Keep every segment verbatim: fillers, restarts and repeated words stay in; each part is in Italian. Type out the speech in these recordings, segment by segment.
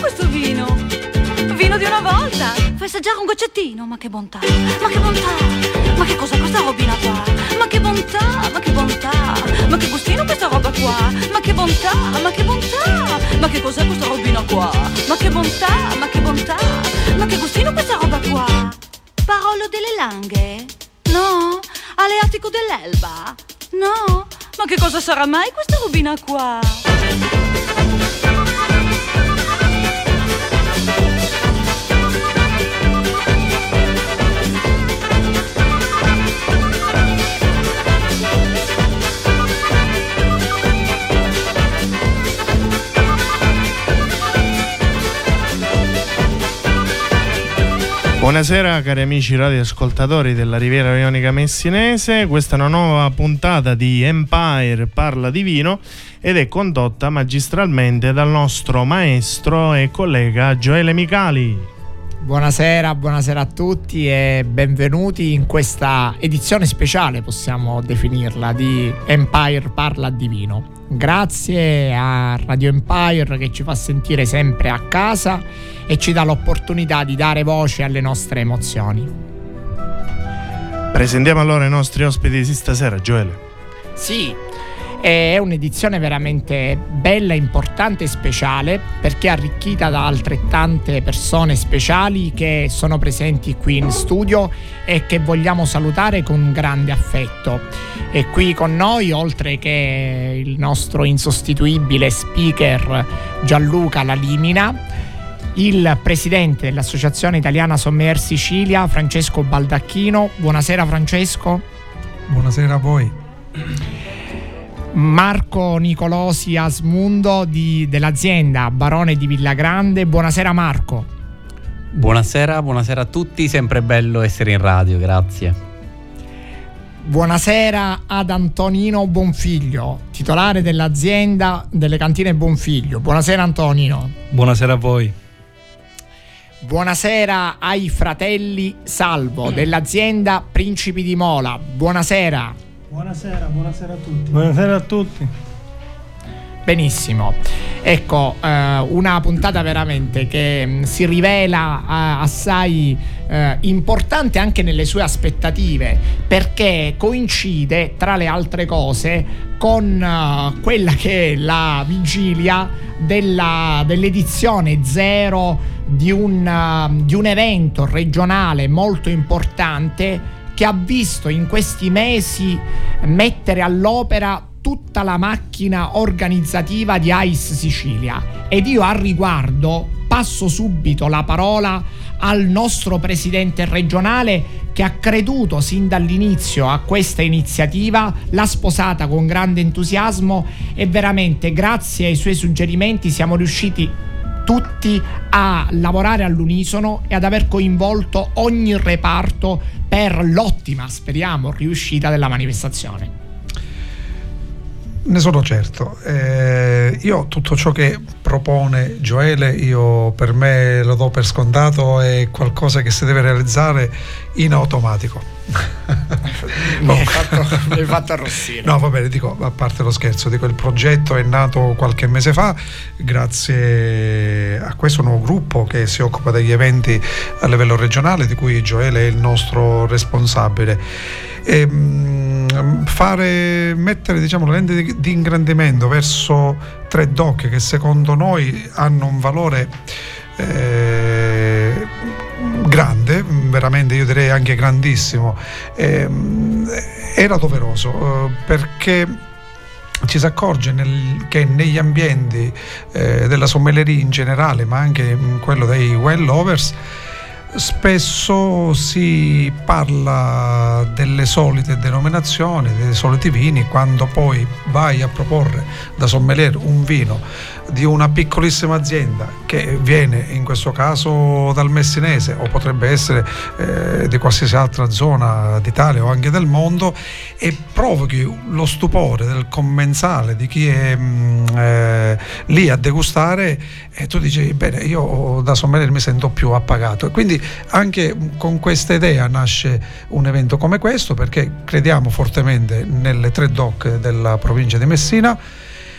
questo vino? Vino di una volta. Fai assaggiare un goccettino. Ma che bontà, ma che bontà. Ma che cos'è questa robina qua? Ma che bontà, ma che bontà. Ma che gustino questa roba qua? Ma che bontà, ma che bontà. Ma che cos'è questa robina qua? Ma che bontà, ma che bontà. Ma che gustino questa roba qua? Parolo delle Langhe? No? Aleatico dell'Elba? No? Ma che cosa sarà mai questa robina qua? Buonasera cari amici radioascoltatori della Riviera Ionica Messinese, questa è una nuova puntata di Empire Parla di Vino ed è condotta magistralmente dal nostro maestro e collega Gioele Micali. Buonasera, buonasera a tutti e benvenuti in questa edizione speciale, possiamo definirla, di Empire Parla di Vino. Grazie a Radio Empire che ci fa sentire sempre a casa e ci dà l'opportunità di dare voce alle nostre emozioni. Presentiamo allora i nostri ospiti di stasera, Gioele. Sì, è un'edizione veramente bella, importante e speciale perché è arricchita da altrettante persone speciali che sono presenti qui in studio e che vogliamo salutare con grande affetto. E qui con noi, oltre che il nostro insostituibile speaker Gianluca Lalimina, il presidente dell'Associazione Italiana Sommelier Sicilia, Francesco Baldacchino. Buonasera Francesco. Buonasera a voi. Marco Nicolosi Asmundo di, dell'azienda Barone di Villagrande. Buonasera Marco. Buonasera, buonasera a tutti, sempre bello essere in radio, grazie. Buonasera ad Antonino Bonfiglio, titolare dell'azienda delle cantine Bonfiglio. Buonasera Antonino. Buonasera a voi. Buonasera ai fratelli Salvo dell'azienda Principi di Mola. Buonasera. Buonasera, buonasera a tutti. Buonasera a tutti. Benissimo, ecco, eh, una puntata veramente che mh, si rivela eh, assai eh, importante anche nelle sue aspettative, perché coincide tra le altre cose con uh, quella che è la vigilia della, dell'edizione zero di un, uh, di un evento regionale molto importante che ha visto in questi mesi mettere all'opera tutta la macchina organizzativa di A I S Sicilia. Ed io a riguardo passo subito la parola al nostro presidente regionale che ha creduto sin dall'inizio a questa iniziativa, l'ha sposata con grande entusiasmo e veramente grazie ai suoi suggerimenti siamo riusciti tutti a lavorare all'unisono e ad aver coinvolto ogni reparto per l'ottima, speriamo, riuscita della manifestazione. Ne sono certo. Eh, io tutto ciò che propone Gioele, io per me lo do per scontato, è qualcosa che si deve realizzare in automatico. Mi hai fatto, mi hai fatto arrossire. No, va bene, dico, a parte lo scherzo, dico, il progetto è nato qualche mese fa grazie a questo nuovo gruppo che si occupa degli eventi a livello regionale, di cui Gioele è il nostro responsabile. E, mh, fare mettere diciamo la lente di, di ingrandimento verso tre D O C che secondo noi hanno un valore eh, grande, veramente io direi anche grandissimo, eh, era doveroso eh, perché ci si accorge nel, che negli ambienti eh, della sommelieria in generale, ma anche in quello dei wine lovers, spesso si parla delle solite denominazioni, dei soliti vini, quando poi vai a proporre da sommelier un vino di una piccolissima azienda che viene in questo caso dal Messinese o potrebbe essere eh, di qualsiasi altra zona d'Italia o anche del mondo, e provochi lo stupore del commensale, di chi è mh, eh, lì a degustare, e tu dici bene, io da sommelier mi sento più appagato. E quindi anche con questa idea nasce un evento come questo, perché crediamo fortemente nelle tre D O C della provincia di Messina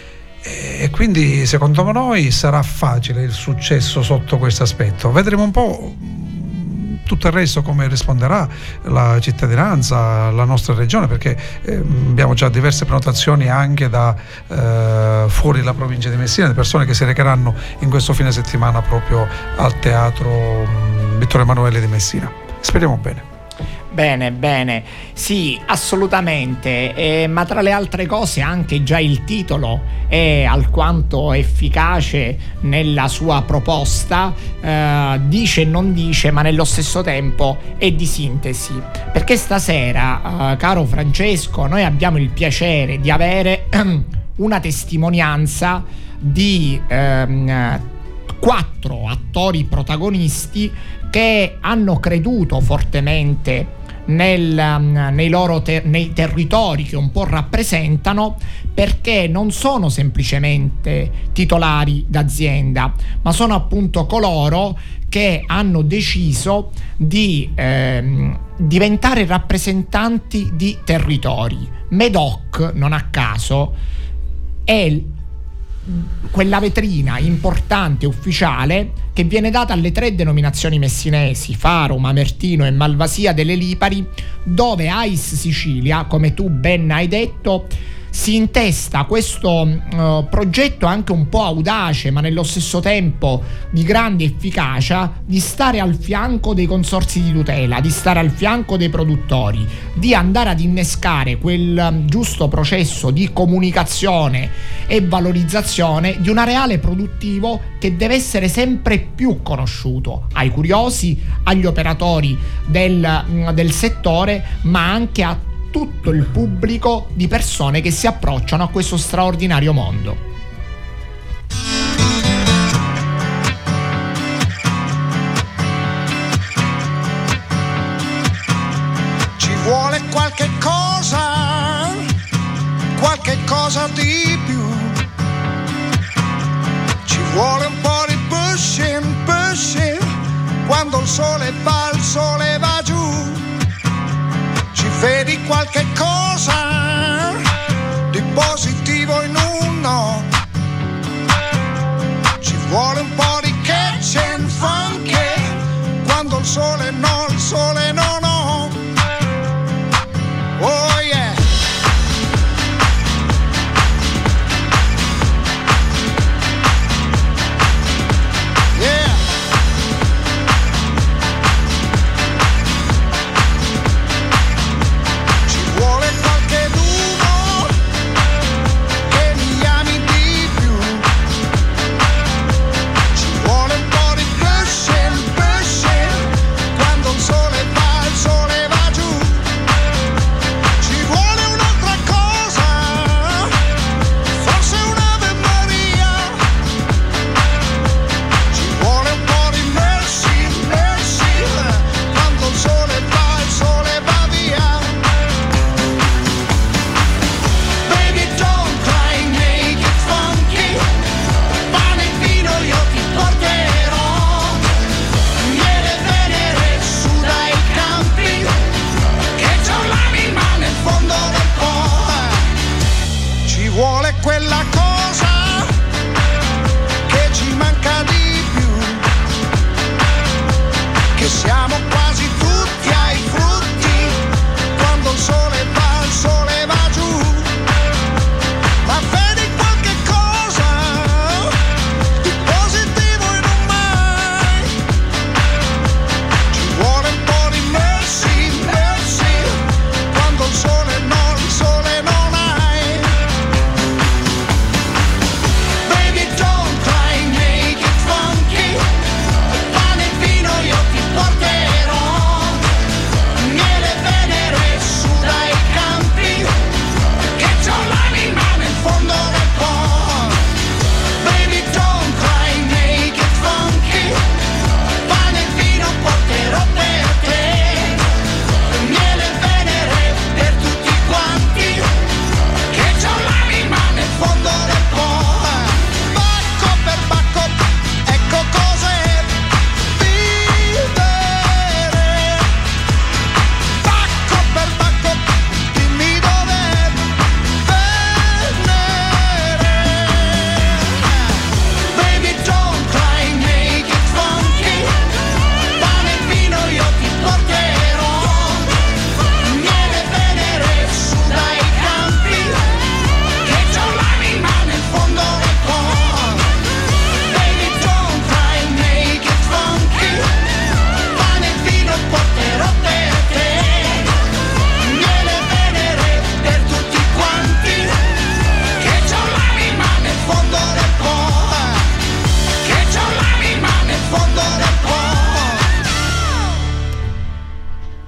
e quindi secondo noi sarà facile il successo sotto questo aspetto. Vedremo un po' tutto il resto come risponderà la cittadinanza, la nostra regione, perché eh, abbiamo già diverse prenotazioni anche da eh, fuori la provincia di Messina, di persone che si recheranno in questo fine settimana proprio al teatro mh, Vittorio Emanuele di Messina. Speriamo bene. Bene, bene, sì, assolutamente, eh, ma tra le altre cose anche già il titolo è alquanto efficace nella sua proposta, eh, dice e non dice, ma nello stesso tempo è di sintesi, perché stasera, eh, caro Francesco, noi abbiamo il piacere di avere una testimonianza di ehm, quattro attori protagonisti che hanno creduto fortemente nel, nei loro ter- nei territori che un po' rappresentano, perché non sono semplicemente titolari d'azienda, ma sono appunto coloro che hanno deciso di ehm, diventare rappresentanti di territori. Medoc, non a caso, è quella vetrina importante ufficiale che viene data alle tre denominazioni messinesi, Faro, Mamertino e Malvasia delle Lipari, dove A I S Sicilia, come tu ben hai detto, si intesta questo uh, progetto anche un po' audace, ma nello stesso tempo di grande efficacia, di stare al fianco dei consorzi di tutela, di stare al fianco dei produttori, di andare ad innescare quel um, giusto processo di comunicazione e valorizzazione di un areale produttivo che deve essere sempre più conosciuto ai curiosi, agli operatori del, um, del settore, ma anche a tutto il pubblico di persone che si approcciano a questo straordinario mondo. Ci vuole qualche cosa, qualche cosa di più. Ci vuole un po' di pushing, pushing. Quando il sole va, il sole va giù. Vedi qualche cosa di positivo in uno. Ci vuole un po' di catch and funk. Quando il sole no, il sole no, no. Oh yeah.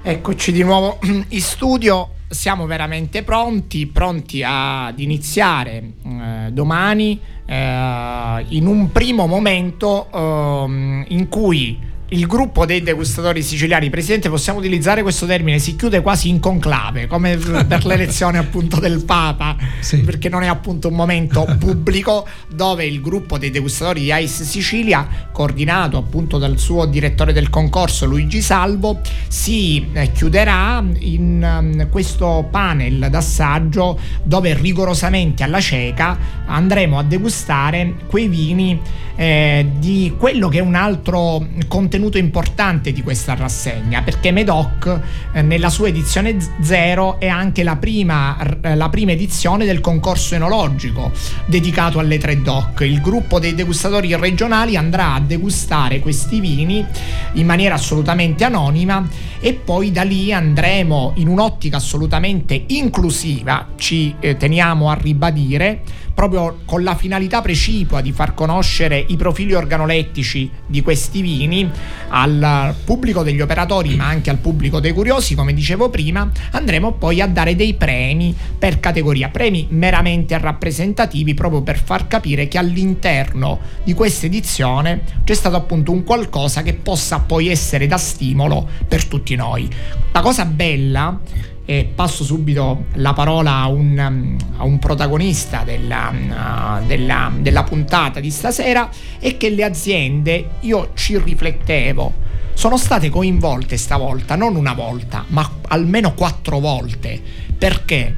Eccoci di nuovo in studio, siamo veramente pronti, pronti ad iniziare eh, domani eh, in un primo momento eh, in cui il gruppo dei degustatori siciliani, Presidente, possiamo utilizzare questo termine, si chiude quasi in conclave, come per l'elezione appunto del Papa, sì. Perché non è appunto un momento pubblico dove il gruppo dei degustatori di Ice Sicilia, coordinato appunto dal suo direttore del concorso Luigi Salvo, si eh, chiuderà in um, questo panel d'assaggio dove rigorosamente alla cieca andremo a degustare quei vini eh, di quello che è un altro contenuto importante di questa rassegna, perché Medoc eh, nella sua edizione zero è anche la prima, la prima edizione del concorso enologico dedicato alle tre D O C. Il gruppo dei degustatori regionali andrà a degustare questi vini in maniera assolutamente anonima e poi da lì andremo in un'ottica assolutamente inclusiva, ci eh, teniamo a ribadire, proprio con la finalità precipua di far conoscere i profili organolettici di questi vini al pubblico degli operatori ma anche al pubblico dei curiosi. Come dicevo prima, andremo poi a dare dei premi per categoria, premi meramente rappresentativi, proprio per far capire che all'interno di questa edizione c'è stato appunto un qualcosa che possa poi essere da stimolo per tutti noi. La cosa bella, e passo subito la parola a un, a un protagonista della, uh, della, della puntata di stasera, è che le aziende, io ci riflettevo, sono state coinvolte stavolta non una volta ma almeno quattro volte, perché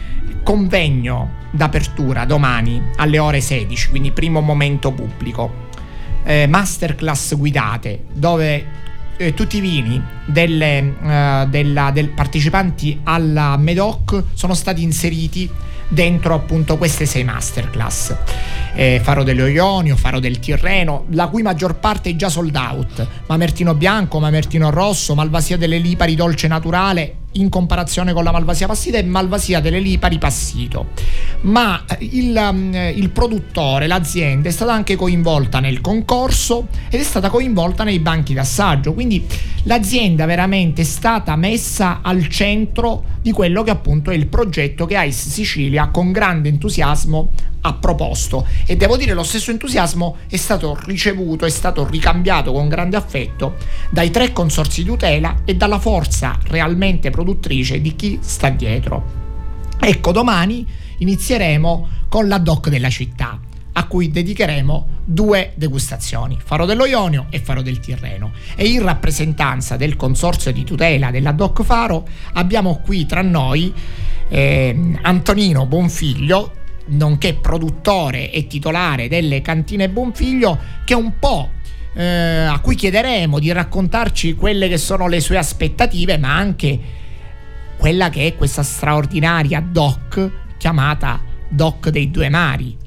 convegno d'apertura domani alle ore sedici, quindi primo momento pubblico, eh, masterclass guidate dove Eh, tutti i vini delle, uh, della, del partecipanti alla Medoc sono stati inseriti dentro appunto queste sei masterclass. eh, Faro dello Ionio, Faro del Tirreno, la cui maggior parte è già sold out, Mamertino Bianco, Mamertino Rosso, Malvasia delle Lipari dolce naturale in comparazione con la Malvasia passita e Malvasia delle Lipari passito. Ma il, il produttore, l'azienda è stata anche coinvolta nel concorso ed è stata coinvolta nei banchi d'assaggio, quindi l'azienda veramente è stata messa al centro di quello che appunto è il progetto che Ice Sicilia con grande entusiasmo ha proposto, e devo dire lo stesso entusiasmo è stato ricevuto, è stato ricambiato con grande affetto dai tre consorzi di tutela e dalla forza realmente produttrice di chi sta dietro. Ecco, domani inizieremo con la D O C della città, a cui dedicheremo due degustazioni, Faro dello Ionio e Faro del Tirreno, e in rappresentanza del consorzio di tutela della D O C Faro abbiamo qui tra noi eh, Antonino Bonfiglio, nonché produttore e titolare delle cantine Bonfiglio, che un po' eh, a cui chiederemo di raccontarci quelle che sono le sue aspettative, ma anche quella che è questa straordinaria D O C chiamata D O C dei Due Mari.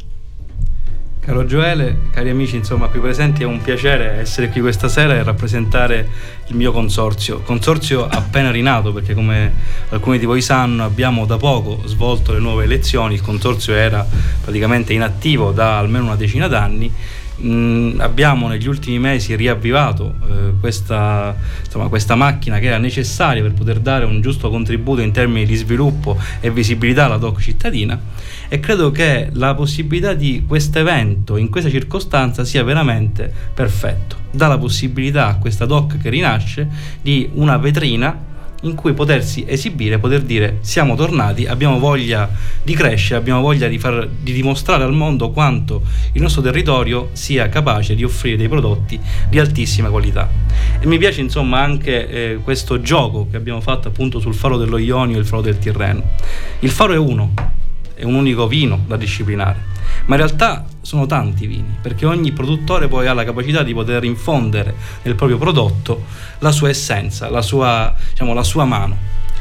Caro Gioele, cari amici, insomma, qui presenti, è un piacere essere qui questa sera e rappresentare il mio consorzio. Consorzio appena rinato, perché come alcuni di voi sanno abbiamo da poco svolto le nuove elezioni. Il consorzio era praticamente inattivo da almeno una decina d'anni. Mm, abbiamo negli ultimi mesi riavvivato eh, questa, insomma, questa macchina che era necessaria per poter dare un giusto contributo in termini di sviluppo e visibilità alla D O C cittadina, e credo che la possibilità di questo evento in questa circostanza sia veramente perfetto. Dà la possibilità a questa D O C che rinasce di una vetrina in cui potersi esibire, poter dire siamo tornati, abbiamo voglia di crescere, abbiamo voglia di, far, di dimostrare al mondo quanto il nostro territorio sia capace di offrire dei prodotti di altissima qualità. E mi piace insomma anche eh, questo gioco che abbiamo fatto appunto sul Faro dello Ionio e il Faro del Tirreno. Il Faro è uno, è un unico vino da disciplinare, ma in realtà sono tanti vini, perché ogni produttore poi ha la capacità di poter infondere nel proprio prodotto la sua essenza, la sua, diciamo, la sua mano.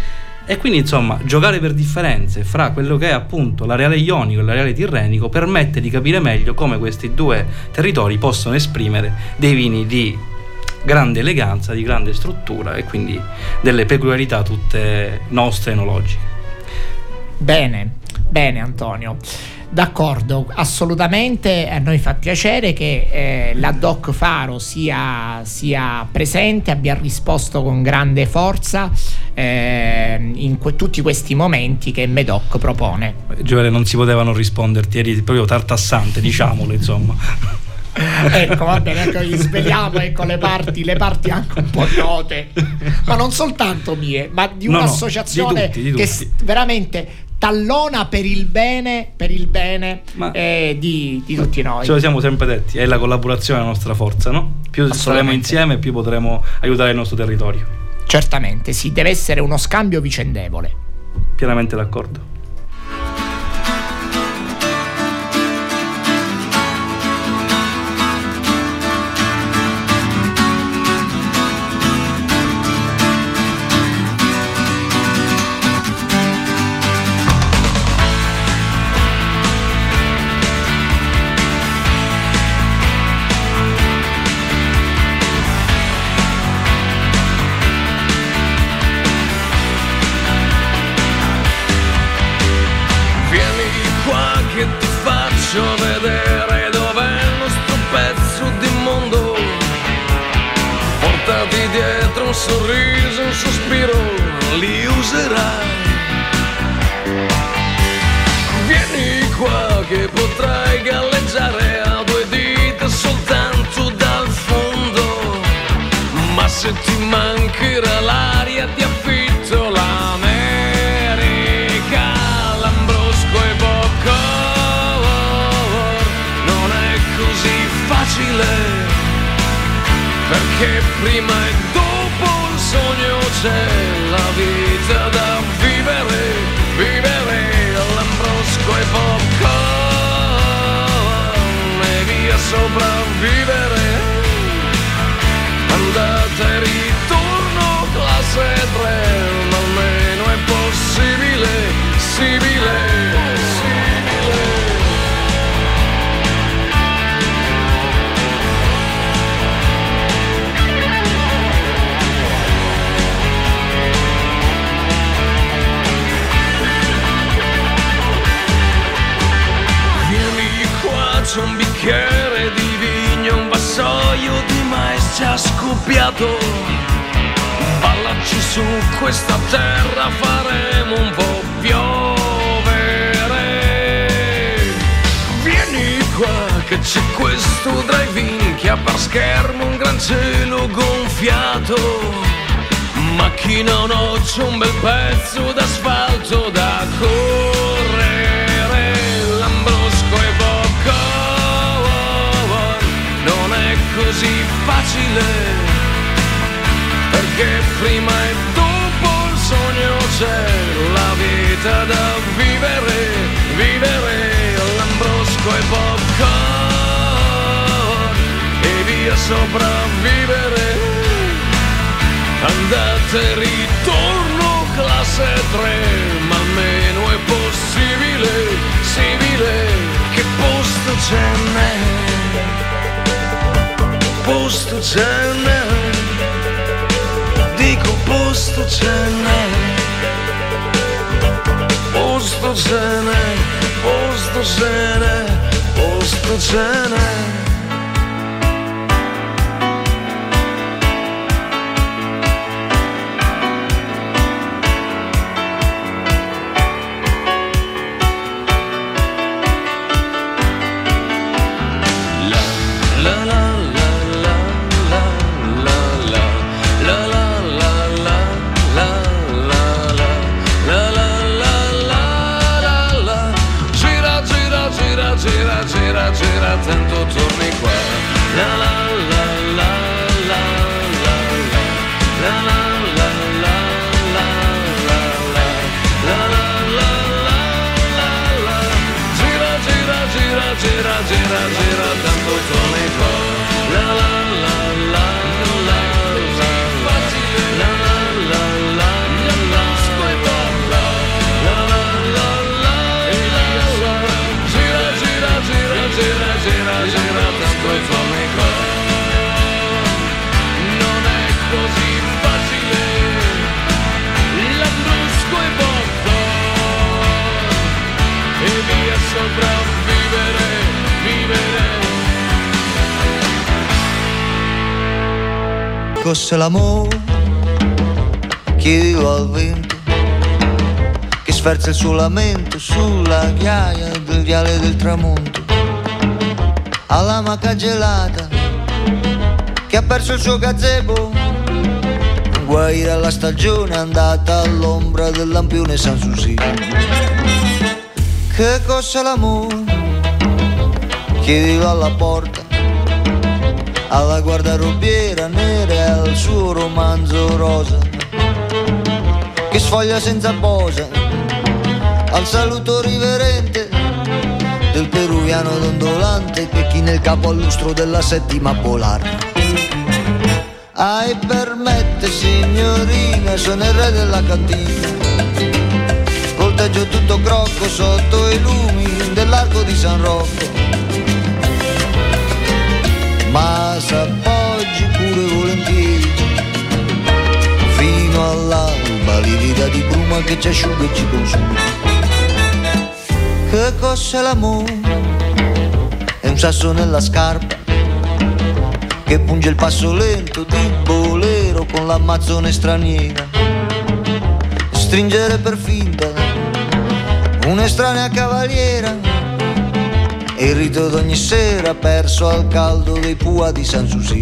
E quindi insomma giocare per differenze fra quello che è appunto l'areale ionico e l'areale tirrenico permette di capire meglio come questi due territori possono esprimere dei vini di grande eleganza, di grande struttura e quindi delle peculiarità tutte nostre enologiche. Bene, bene Antonio. D'accordo, assolutamente, a noi fa piacere che eh, la Doc Faro sia, sia presente, abbia risposto con grande forza eh, in que- tutti questi momenti che Medoc propone. Gioele, non si poteva non risponderti, eri proprio tartassante, diciamolo, insomma. Ecco, va bene, ecco, sveliamo, ecco, le parti, le parti anche un po' note, ma non soltanto mie, ma di No, no, un'associazione di tutti, di tutti. che s- veramente tallona per il bene, per il bene Ma- eh, di, di tutti noi. Ce lo siamo sempre detti, è la collaborazione la nostra forza, no? Più staremo Assolutamente. insieme, più potremo aiutare il nostro territorio. Certamente, sì, deve essere uno scambio vicendevole. Pienamente d'accordo. Vedere dov'è il nostro pezzo di mondo, portati dietro un sorriso, un sospiro, li userai. Vieni qua che potrai galleggiare a due dita soltanto dal fondo, ma se ti mancherà l'aria ti affitto l'America, l'Ambrosco e Bocco. Perché prima e dopo il sogno c'è la vita da vivere, vivere all'Ambrosco e popcorn e via sopravvivere, andata e ritorno classe tre, ma almeno è possibile, sibile. C'è un bicchiere di vigno, un vassoio di mais già scoppiato. Ballaci su questa terra, faremo un po' piovere. Vieni qua che c'è questo drive-in che ha per schermo un gran cielo gonfiato. Macchina o no, c'è un bel pezzo d'asfalto da correre. L'Ambrosco e Bocco non è così facile, perché prima e dopo il sogno c'è la vita da vivere, vivere all'Ambrosco e popcorn e via sopravvivere, andata e ritorno classe tre, ma almeno è possibile, simile, che posto ce n'è? Posto ce n'è, dico posto ce n'è, posto ce n'è, posto ce n'è, posto ce n'è. Gira, tanto torni qua. La la la la la la la la la la la la la la la la la. Gira, gira, gira, gira, gira, gira, tanto torni qua. La la la la la la la la la la. Gira, gira, gira, gira, tanto torni qua. cos'è l'amore? Chiedilo al vento che sferza il suo lamento sulla ghiaia del viale del tramonto, alla maca gelata che ha perso il suo gazebo, guai dalla stagione andata all'ombra del lampione Sanssouci. Che cos'è l'amore? Chiedilo alla porta, alla guardarobiera nera e al suo romanzo rosa che sfoglia senza posa, al saluto riverente del peruviano dondolante che china il capo al lustro della settima polare. Ai permette signorina, sono il re della cantina, volteggio tutto crocco sotto i lumi dell'arco di San Rocco, ma s'appoggi pure volentieri fino all'alba, livida di bruma che ci asciuga e ci consuma. Che cos'è l'amore? È un sasso nella scarpa che punge il passo lento di bolero con l'ammazzone straniera, stringere per finta un'estranea cavaliera e il rito d'ogni sera perso al caldo dei pua di Sanssouci.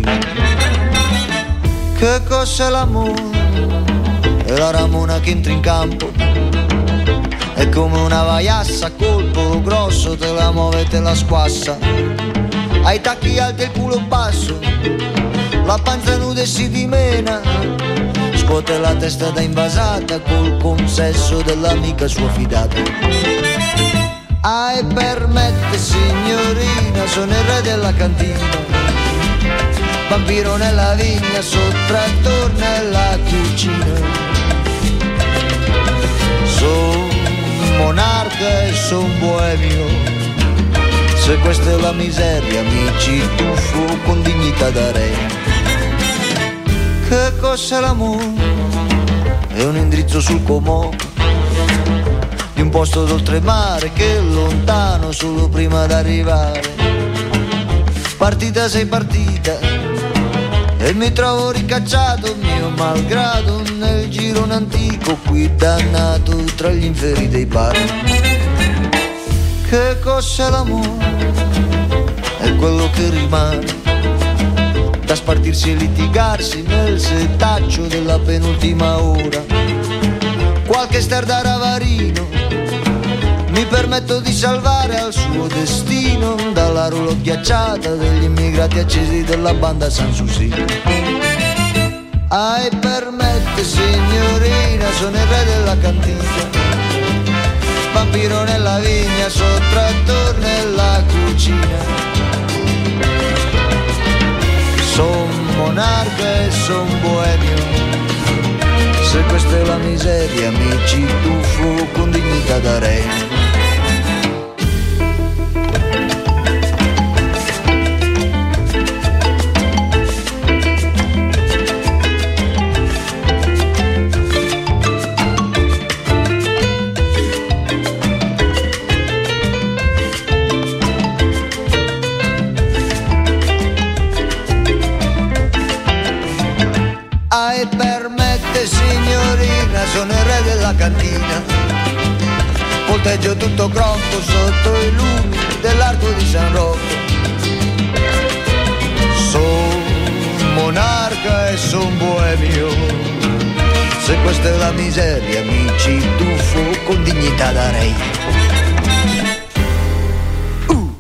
Che cos'è l'amore? È la ramona che entra in campo, è come una vaiassa, colpo grosso, te la muove e te la squassa, ai tacchi alti e il culo basso, la panza nuda e si dimena, scuote la testa da invasata col consesso dell'amica sua fidata. Ai permette signorina, sono il re della cantina, vampiro nella vigna, sottrattor nella cucina, son monarca e son boemio, se questa è la miseria mi ci tuffo con dignità da re. Che cos'è l'amore? È un indirizzo sul Comò di un posto d'oltremare che è lontano solo prima d'arrivare. Partita sei partita e mi trovo ricacciato mio malgrado nel girone antico qui dannato tra gli inferi dei bar. Che cos'è l'amore? È quello che rimane da spartirsi e litigarsi nel setaccio della penultima ora. Qualche star da ravarino mi permetto di salvare al suo destino dalla roulotte ghiacciata degli immigrati accesi della banda Sanssouci. Ai permette signorina, sono il re della cantina, vampiro nella vigna, sottrattor nella cucina, son monarca e son boemio, se questa è la miseria mi ci tuffo con dignità da re. Ai permette signorina, sono il re della cantina, volteggio tutto crocco sotto i lumi dell'arco di San Rocco, son monarca e son boemio, se questa è la miseria mi ci tuffo con dignità da re. uh.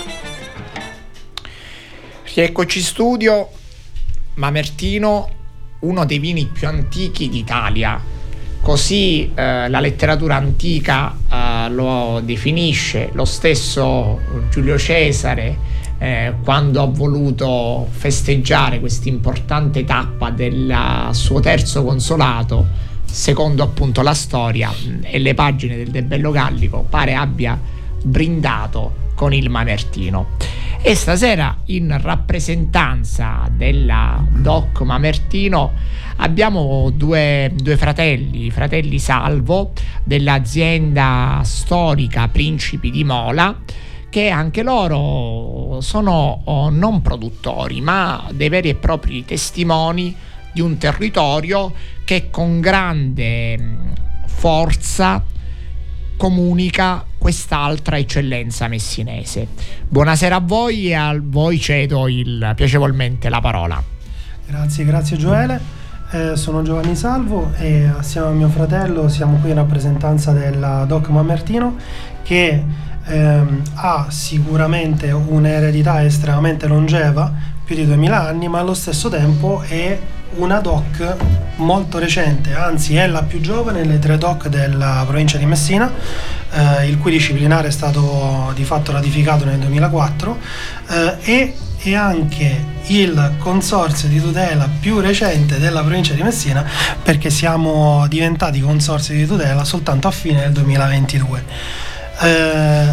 Rieccoci in studio. Mamertino, uno dei vini più antichi d'Italia, così eh, la letteratura antica eh, lo definisce. Lo stesso Giulio Cesare, eh, quando ha voluto festeggiare questa importante tappa del suo terzo consolato, secondo appunto la storia e le pagine del De Bello Gallico, pare abbia brindato con il Mamertino. E stasera, in rappresentanza della Doc Mamertino, abbiamo due, due fratelli, fratelli Salvo, dell'azienda storica Principi di Mola, che anche loro sono oh, non produttori, ma dei veri e propri testimoni di un territorio che con grande forza comunica quest'altra eccellenza messinese. Buonasera a voi, e a voi cedo il, piacevolmente la parola. Grazie, grazie Gioele. Eh, sono Giovanni Salvo e assieme a mio fratello siamo qui in rappresentanza della D O C Mamertino, che ehm, ha sicuramente un'eredità estremamente longeva, più di duemila anni, ma allo stesso tempo è una D O C molto recente, anzi è la più giovane delle tre D O C della provincia di Messina, eh, il cui disciplinare è stato di fatto ratificato nel duemilaquattro, eh, e è anche il consorzio di tutela più recente della provincia di Messina, perché siamo diventati consorzio di tutela soltanto a fine del duemilaventidue. Eh,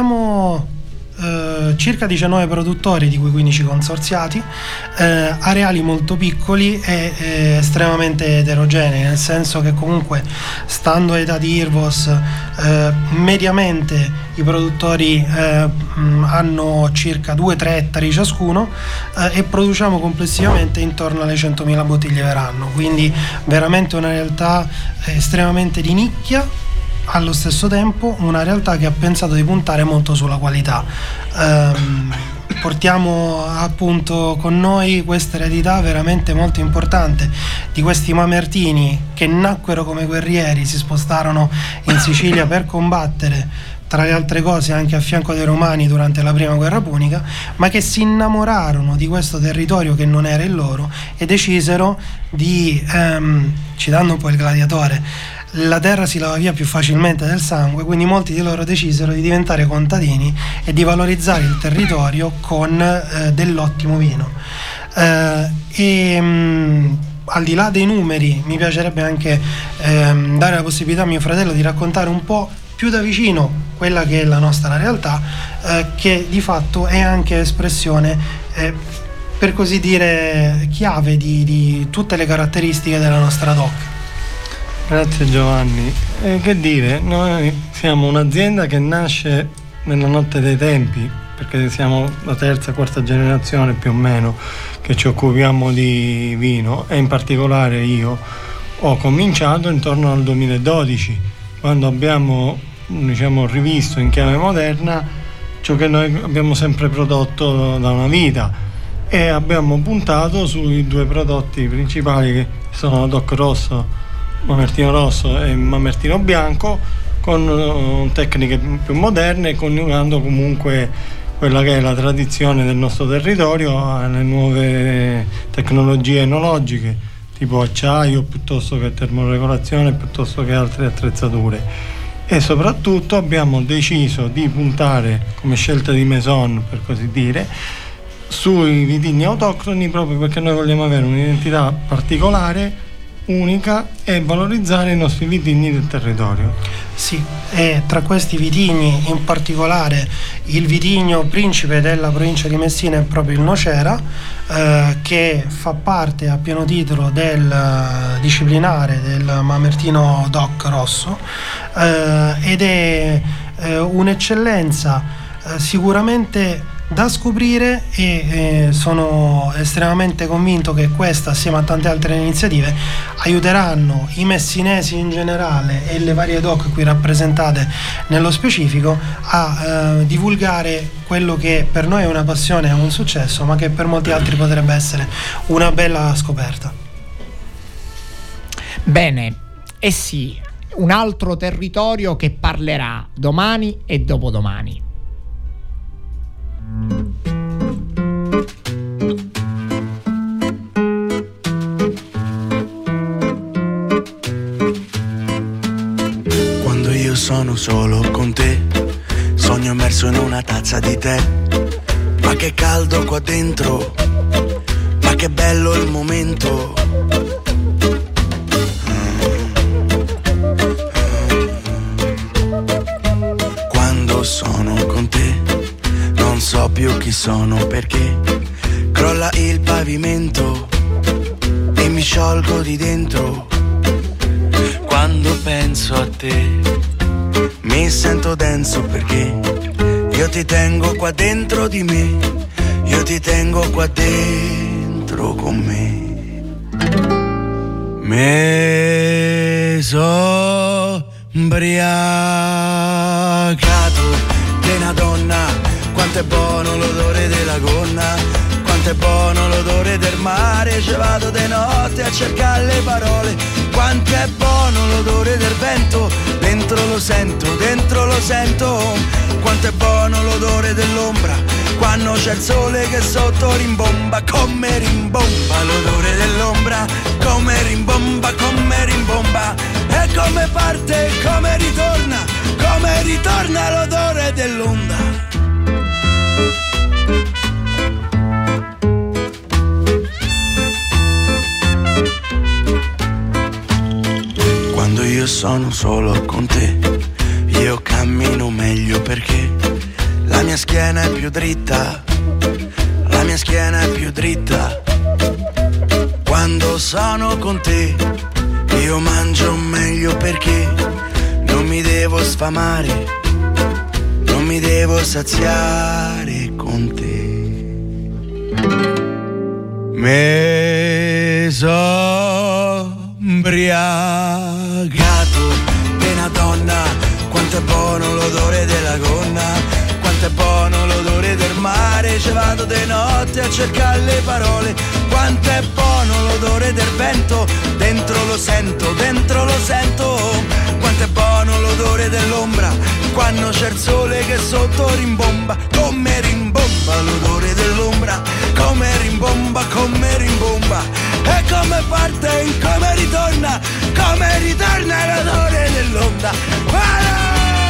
siamo Uh, circa diciannove produttori, di cui quindici consorziati, uh, areali molto piccoli e eh, estremamente eterogenei, nel senso che comunque, stando ai dati I R V O S, uh, mediamente i produttori uh, mh, hanno circa due tre ettari ciascuno, uh, e produciamo complessivamente intorno alle centomila bottiglie per anno, quindi veramente una realtà estremamente di nicchia. Allo stesso tempo una realtà che ha pensato di puntare molto sulla qualità. Ehm, portiamo appunto con noi questa eredità veramente molto importante di questi mamertini che nacquero come guerrieri, si spostarono in Sicilia per combattere, tra le altre cose anche a fianco dei Romani durante la prima guerra punica, ma che si innamorarono di questo territorio che non era il loro e decisero di, ehm, citando un po' il gladiatore, la terra si lava via più facilmente del sangue, quindi molti di loro decisero di diventare contadini e di valorizzare il territorio con eh, dell'ottimo vino. Eh, e mh, al di là dei numeri mi piacerebbe anche ehm, dare la possibilità a mio fratello di raccontare un po' più da vicino quella che è la nostra realtà, eh, che di fatto è anche espressione, eh, per così dire, chiave di, di tutte le caratteristiche della nostra D O C. Grazie Giovanni. Eh, che dire, noi siamo un'azienda che nasce nella notte dei tempi, perché siamo la terza, quarta generazione più o meno che ci occupiamo di vino, e in particolare io ho cominciato intorno al duemiladodici, quando abbiamo, diciamo, rivisto in chiave moderna ciò che noi abbiamo sempre prodotto da una vita, e abbiamo puntato sui due prodotti principali che sono la D O C Rosso, Mamertino Rosso e Mamertino Bianco, con uh, tecniche più moderne, coniugando comunque quella che è la tradizione del nostro territorio alle nuove tecnologie enologiche, tipo acciaio piuttosto che termoregolazione, piuttosto che altre attrezzature. E soprattutto abbiamo deciso di puntare, come scelta di Maison per così dire, sui vitigni autoctoni, proprio perché noi vogliamo avere un'identità particolare, unica, e valorizzare i nostri vitigni del territorio. Sì, e tra questi vitigni in particolare il vitigno principe della provincia di Messina è proprio il Nocera, eh, che fa parte a pieno titolo del uh, disciplinare del Mamertino D O C Rosso, eh, ed è eh, un'eccellenza eh, sicuramente da scoprire, e eh, sono estremamente convinto che questa, assieme a tante altre iniziative, aiuteranno i messinesi in generale e le varie D O C qui rappresentate nello specifico a eh, divulgare quello che per noi è una passione e un successo, ma che per molti altri potrebbe essere una bella scoperta. Bene, e sì, un altro territorio che parlerà domani e dopodomani. Quando io sono solo con te, sogno immerso in una tazza di tè. Ma che caldo qua dentro, ma che bello il momento. Quando sono con te non so più chi sono, perché crolla il pavimento e mi sciolgo di dentro. Quando penso a te mi sento denso, perché io ti tengo qua dentro di me, io ti tengo qua dentro con me. Me so ubriacato di una donna, quanto è buono l'odore della gonna, quanto è buono l'odore del mare, ci vado di notte a cercare le parole, quanto è buono l'odore del vento, dentro lo sento, dentro lo sento, quanto è buono l'odore dell'ombra, quando c'è il sole che sotto rimbomba, come rimbomba l'odore dell'ombra, come rimbomba, come rimbomba, e come parte, come ritorna, come ritorna l'odore dell'onda. Quando io sono solo con te, io cammino meglio perché la mia schiena è più dritta, la mia schiena è più dritta. Quando sono con te, io mangio meglio perché non mi devo sfamare, non mi devo saziare con te. Me so ubriacato di una donna, quanto è buono l'odore della gonna, quanto è buono l'odore del mare, ci vado di notte a cercare le parole, quanto è buono l'odore del vento, dentro lo sento, dentro lo sento, quanto è buono l'odore dell'ombra, quando c'è il sole che sotto rimbomba, come rimbomba l'odore dell'ombra, come rimbomba, come rimbomba, e come parte, come ritorna, come ritorna l'odore dell'onda. Ah!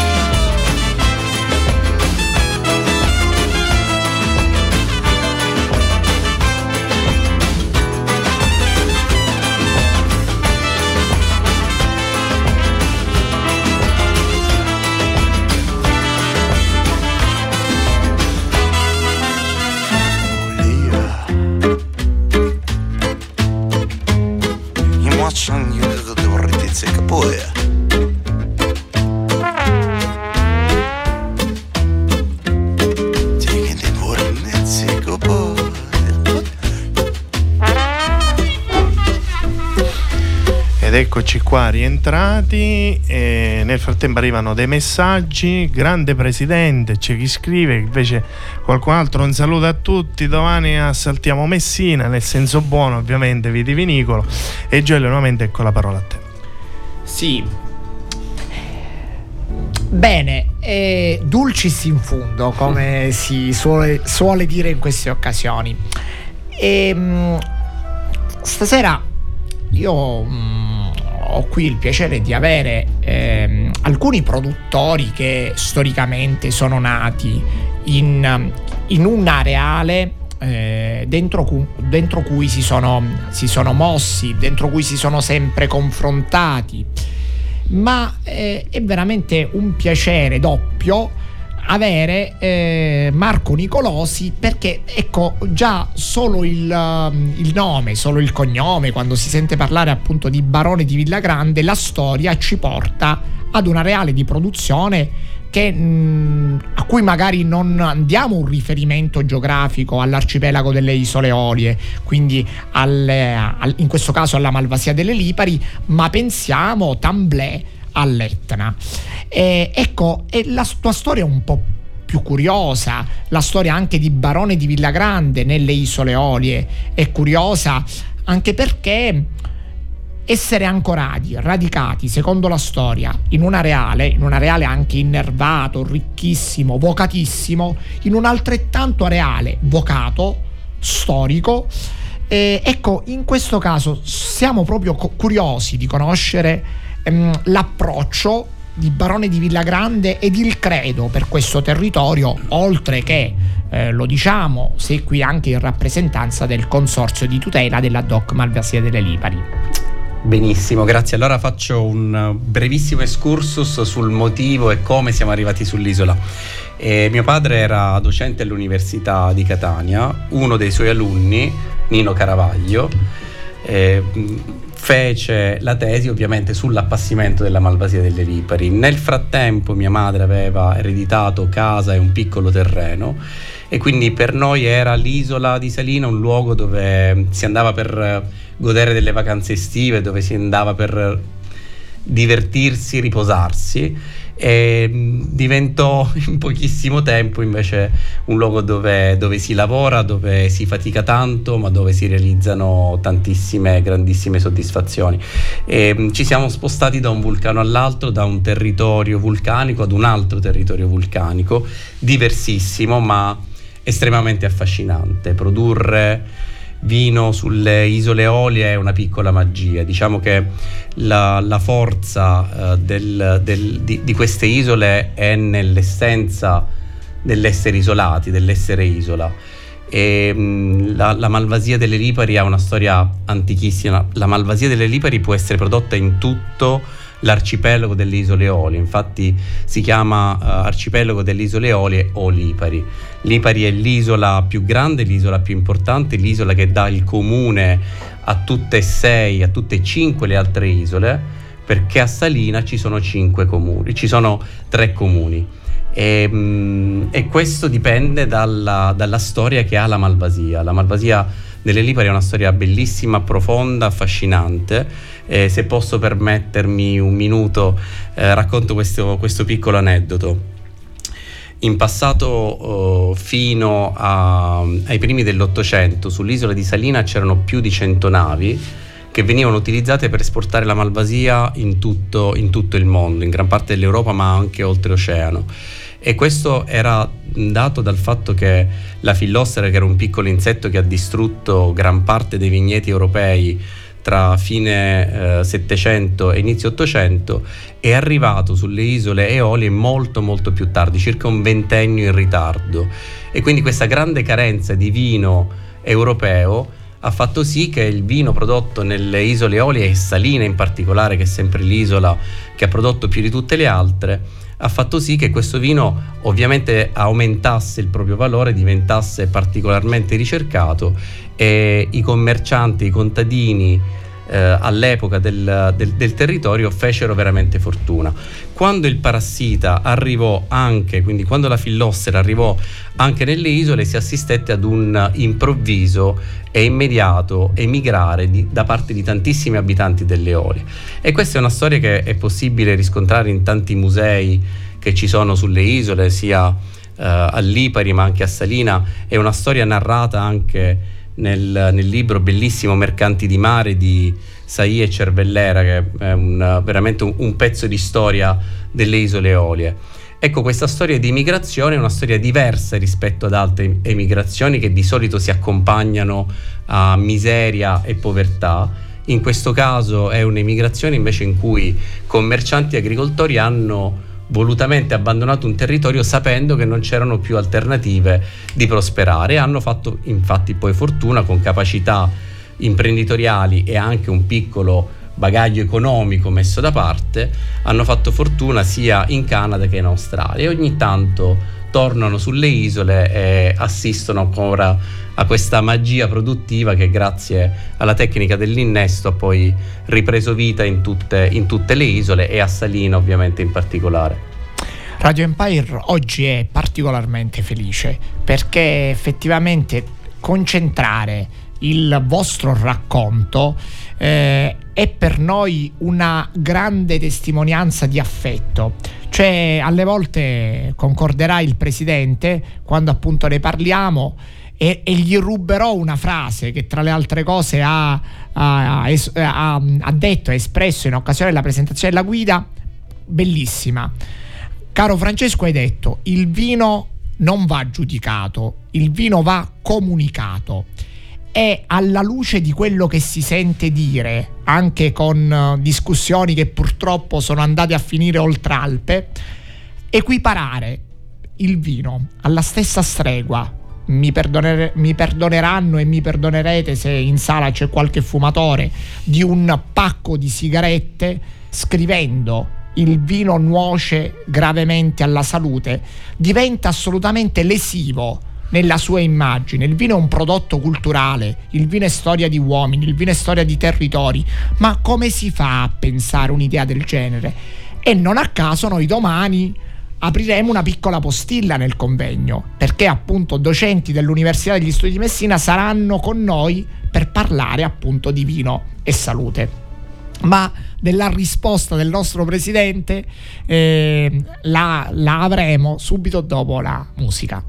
Ed eccoci qua rientrati, e nel frattempo arrivano dei messaggi. Grande presidente, c'è chi scrive, invece qualcun altro un saluto a tutti, domani assaltiamo Messina, nel senso buono ovviamente, vitivinicolo. E Gioele, nuovamente ecco la parola a te. Sì, bene, eh, dulcis in fundo, come si suole, suole dire in queste occasioni. E, mh, stasera io mh, ho qui il piacere di avere ehm, alcuni produttori che storicamente sono nati in, in un areale eh, dentro, cu- dentro cui si sono, si sono mossi, dentro cui si sono sempre confrontati, ma eh, è veramente un piacere doppio avere eh, Marco Nicolosi, perché ecco già solo il, il nome, solo il cognome, quando si sente parlare appunto di Barone di Villagrande, la storia ci porta ad una reale di produzione che, mh, a cui magari non diamo un riferimento geografico all'arcipelago delle Isole Eolie, quindi alle, al, in questo caso alla Malvasia delle Lipari, ma pensiamo Tamblè all'Etna. E, ecco, e la tua storia è un po' più curiosa, la storia anche di Barone di Villagrande nelle Isole Eolie è curiosa anche perché essere ancorati, radicati secondo la storia in un areale, in un areale anche innervato, ricchissimo, vocatissimo, in un altrettanto areale vocato, storico, eh, ecco, in questo caso siamo proprio co- curiosi di conoscere l'approccio di Barone di Villagrande ed il credo per questo territorio, oltre che eh, lo diciamo, sei qui anche in rappresentanza del consorzio di tutela della D O C Malvasia delle Lipari. Benissimo, grazie. Allora faccio un brevissimo excursus sul motivo e come siamo arrivati sull'isola. Eh, mio padre era docente all'Università di Catania, uno dei suoi alunni, Nino Caravaglio, eh, fece la tesi ovviamente sull'appassimento della Malvasia delle Lipari. Nel frattempo mia madre aveva ereditato casa e un piccolo terreno, e quindi per noi era l'isola di Salina un luogo dove si andava per godere delle vacanze estive, dove si andava per divertirsi, riposarsi, e diventò in pochissimo tempo invece un luogo dove, dove si lavora, dove si fatica tanto, ma dove si realizzano tantissime grandissime soddisfazioni. E ci siamo spostati da un vulcano all'altro, da un territorio vulcanico ad un altro territorio vulcanico, diversissimo ma estremamente affascinante. Produrre vino sulle isole Eolie è una piccola magia. Diciamo che la, la forza uh, del, del, di, di queste isole è nell'essenza dell'essere isolati, dell'essere isola. E mh, la, la Malvasia delle Lipari ha una storia antichissima. La Malvasia delle Lipari può essere prodotta in tutto l'arcipelago delle isole Eolie, infatti si chiama uh, arcipelago delle isole Eolie o Lipari. Lipari è l'isola più grande, l'isola più importante, l'isola che dà il comune a tutte e sei, a tutte e cinque le altre isole, perché a Salina ci sono cinque comuni, ci sono tre comuni. E, mh, e questo dipende dalla, dalla storia che ha la Malvasia. La Malvasia delle Lipari è una storia bellissima, profonda, affascinante. E se posso permettermi un minuto, eh, racconto questo, questo piccolo aneddoto. In passato, eh, fino a, ai primi dell'Ottocento, sull'isola di Salina c'erano più di cento navi che venivano utilizzate per esportare la Malvasia in tutto, in tutto il mondo, in gran parte dell'Europa ma anche oltreoceano. E questo era dato dal fatto che la fillossera, che era un piccolo insetto che ha distrutto gran parte dei vigneti europei tra fine eh, Settecento e inizio Ottocento, è arrivato sulle isole Eolie molto molto più tardi, circa un ventennio in ritardo, e quindi questa grande carenza di vino europeo ha fatto sì che il vino prodotto nelle isole Eolie, e Salina in particolare, che è sempre l'isola che ha prodotto più di tutte le altre, ha fatto sì che questo vino ovviamente aumentasse il proprio valore, diventasse particolarmente ricercato, e i commercianti, i contadini eh, all'epoca del, del, del territorio fecero veramente fortuna. Quando il parassita arrivò anche, quindi quando la fillossera arrivò anche nelle isole, si assistette ad un improvviso e immediato emigrare di, da parte di tantissimi abitanti delle Eolie. E questa è una storia che è possibile riscontrare in tanti musei che ci sono sulle isole, sia eh, a Lipari ma anche a Salina. È una storia narrata anche nel, nel libro bellissimo Mercanti di mare di Saï e Cervellera, che è un, veramente un, un pezzo di storia delle isole Eolie. Ecco, questa storia di immigrazione è una storia diversa rispetto ad altre emigrazioni che di solito si accompagnano a miseria e povertà. In questo caso è un'emigrazione invece in cui commercianti e agricoltori hanno volutamente abbandonato un territorio sapendo che non c'erano più alternative di prosperare, e hanno fatto infatti poi fortuna con capacità imprenditoriali e anche un piccolo bagaglio economico messo da parte. Hanno fatto fortuna sia in Canada che in Australia, e ogni tanto tornano sulle isole e assistono ancora a questa magia produttiva che grazie alla tecnica dell'innesto ha poi ripreso vita in tutte, in tutte le isole, e a Salina ovviamente in particolare. Radio Empire oggi è particolarmente felice perché effettivamente concentrare il vostro racconto eh, è per noi una grande testimonianza di affetto. Cioè, alle volte concorderà il presidente quando appunto ne parliamo, e, e gli ruberò una frase che tra le altre cose ha, ha, ha, ha detto e espresso in occasione della presentazione della guida, bellissima. Caro Francesco, hai detto: il vino non va giudicato, il vino va comunicato. E alla luce di quello che si sente dire, anche con discussioni che purtroppo sono andate a finire oltre Alpe, equiparare il vino alla stessa stregua, mi, perdonere, mi perdoneranno e mi perdonerete se in sala c'è qualche fumatore, di un pacco di sigarette, scrivendo il vino nuoce gravemente alla salute, diventa assolutamente lesivo nella sua immagine. Il vino è un prodotto culturale, il vino è storia di uomini, il vino è storia di territori, ma come si fa a pensare un'idea del genere? E non a caso noi domani apriremo una piccola postilla nel convegno, perché appunto docenti dell'Università degli Studi di Messina saranno con noi per parlare appunto di vino e salute. Ma della risposta del nostro presidente eh, la, la avremo subito dopo la musica.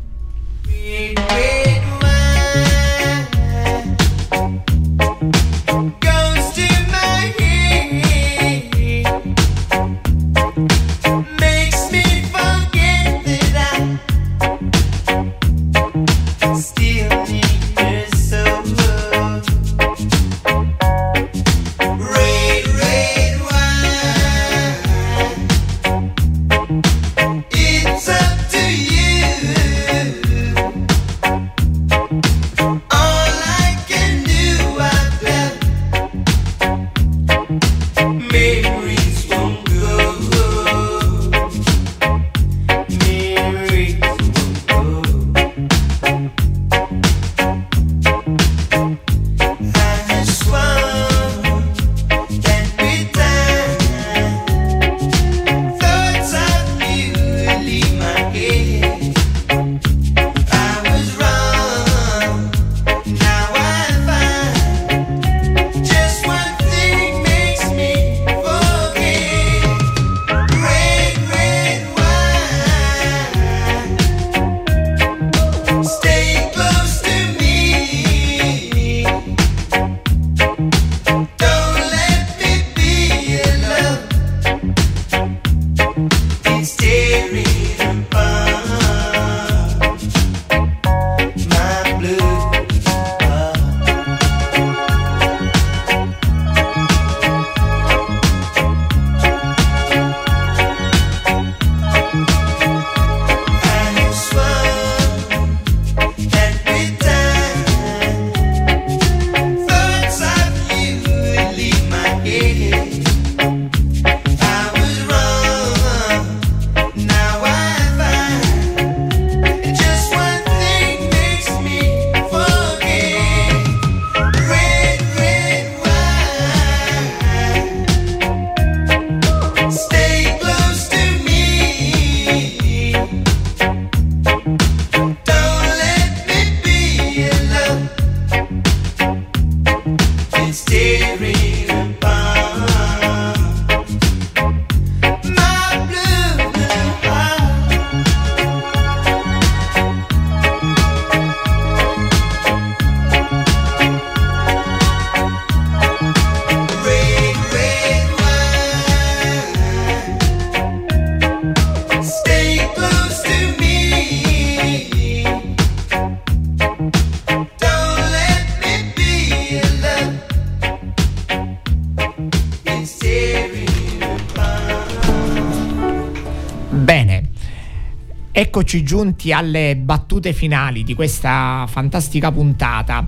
Eccoci giunti alle battute finali di questa fantastica puntata.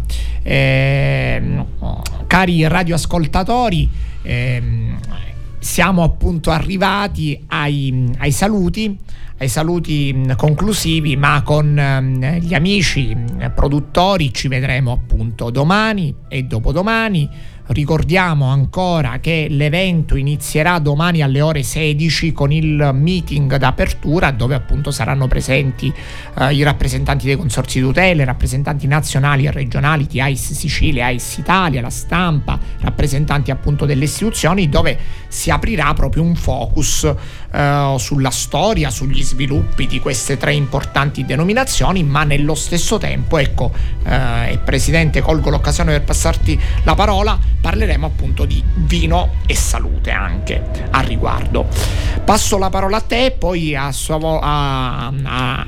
Eh, cari radioascoltatori, eh, siamo appunto arrivati ai, ai saluti, ai saluti conclusivi, ma con eh, gli amici produttori ci vedremo appunto domani e dopodomani. Ricordiamo ancora che l'evento inizierà domani alle ore sedici con il meeting d'apertura, dove appunto saranno presenti eh, i rappresentanti dei consorzi di tutela, i rappresentanti nazionali e regionali di A I S Sicilia, A I S Italia, la stampa, rappresentanti appunto delle istituzioni, dove si aprirà proprio un focus eh, sulla storia, sugli sviluppi di queste tre importanti denominazioni, ma nello stesso tempo, ecco, eh, Presidente, colgo l'occasione per passarti la parola, parleremo appunto di vino e salute anche a riguardo. Passo la parola a te, poi a sua vo- a, a,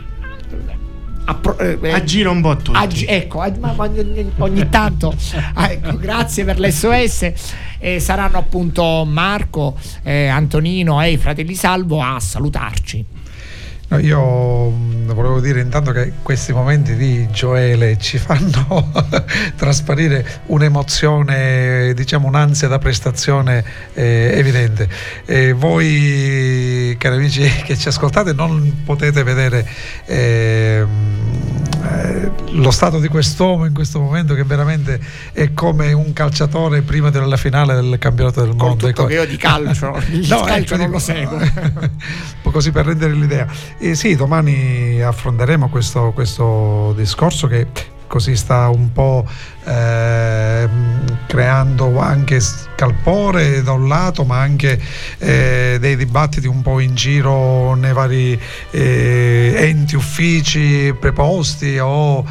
a, eh, aggira un po' a tutti. Ag- ecco, ag- ma ogni, ogni tanto ah, ecco, grazie per l'S O S. Eh, saranno appunto Marco, eh, Antonino e i fratelli Salvo a salutarci. No, io volevo dire intanto che questi momenti di Gioele ci fanno trasparire un'emozione, diciamo un'ansia da prestazione eh, evidente. E voi, cari amici che ci ascoltate, non potete vedere eh, lo stato di quest'uomo in questo momento, che veramente è come un calciatore prima della finale del campionato del Con mondo. tutto ecco. che io di calcio, il No, calcio ecco, non lo dico, seguo. così per rendere l'idea. E sì, domani affronteremo questo, questo discorso che così sta un po' eh, creando anche scalpore da un lato, ma anche eh, dei dibattiti un po' in giro nei vari eh, enti, uffici preposti, o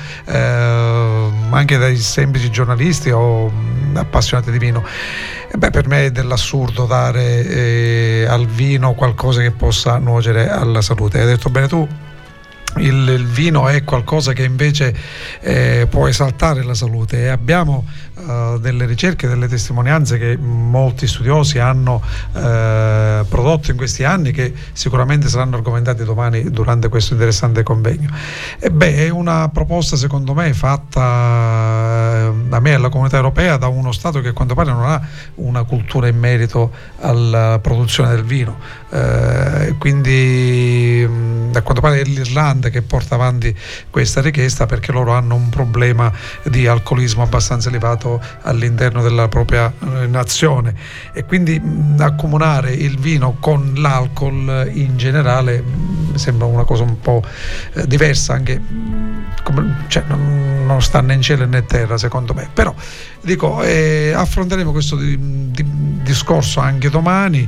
eh, anche dai semplici giornalisti o mh, appassionati di vino. E beh, per me è dell'assurdo dare eh, al vino qualcosa che possa nuocere alla salute. Hai detto bene tu. Il, il vino è qualcosa che invece eh, può esaltare la salute, e abbiamo uh, delle ricerche, delle testimonianze che molti studiosi hanno uh, prodotto in questi anni, che sicuramente saranno argomentati domani durante questo interessante convegno. E beh, è una proposta secondo me fatta uh, da me e alla comunità europea, da uno Stato che a quanto pare non ha una cultura in merito alla produzione del vino, uh, quindi um, a quanto pare è l'Irlanda che porta avanti questa richiesta, perché loro hanno un problema di alcolismo abbastanza elevato all'interno della propria eh, nazione, e quindi mh, accomunare il vino con l'alcol in generale mi sembra una cosa un po' eh, diversa, anche mh, come, cioè, non, non sta né in cielo né in terra secondo me. Però dico, eh, affronteremo questo di, di, discorso anche domani,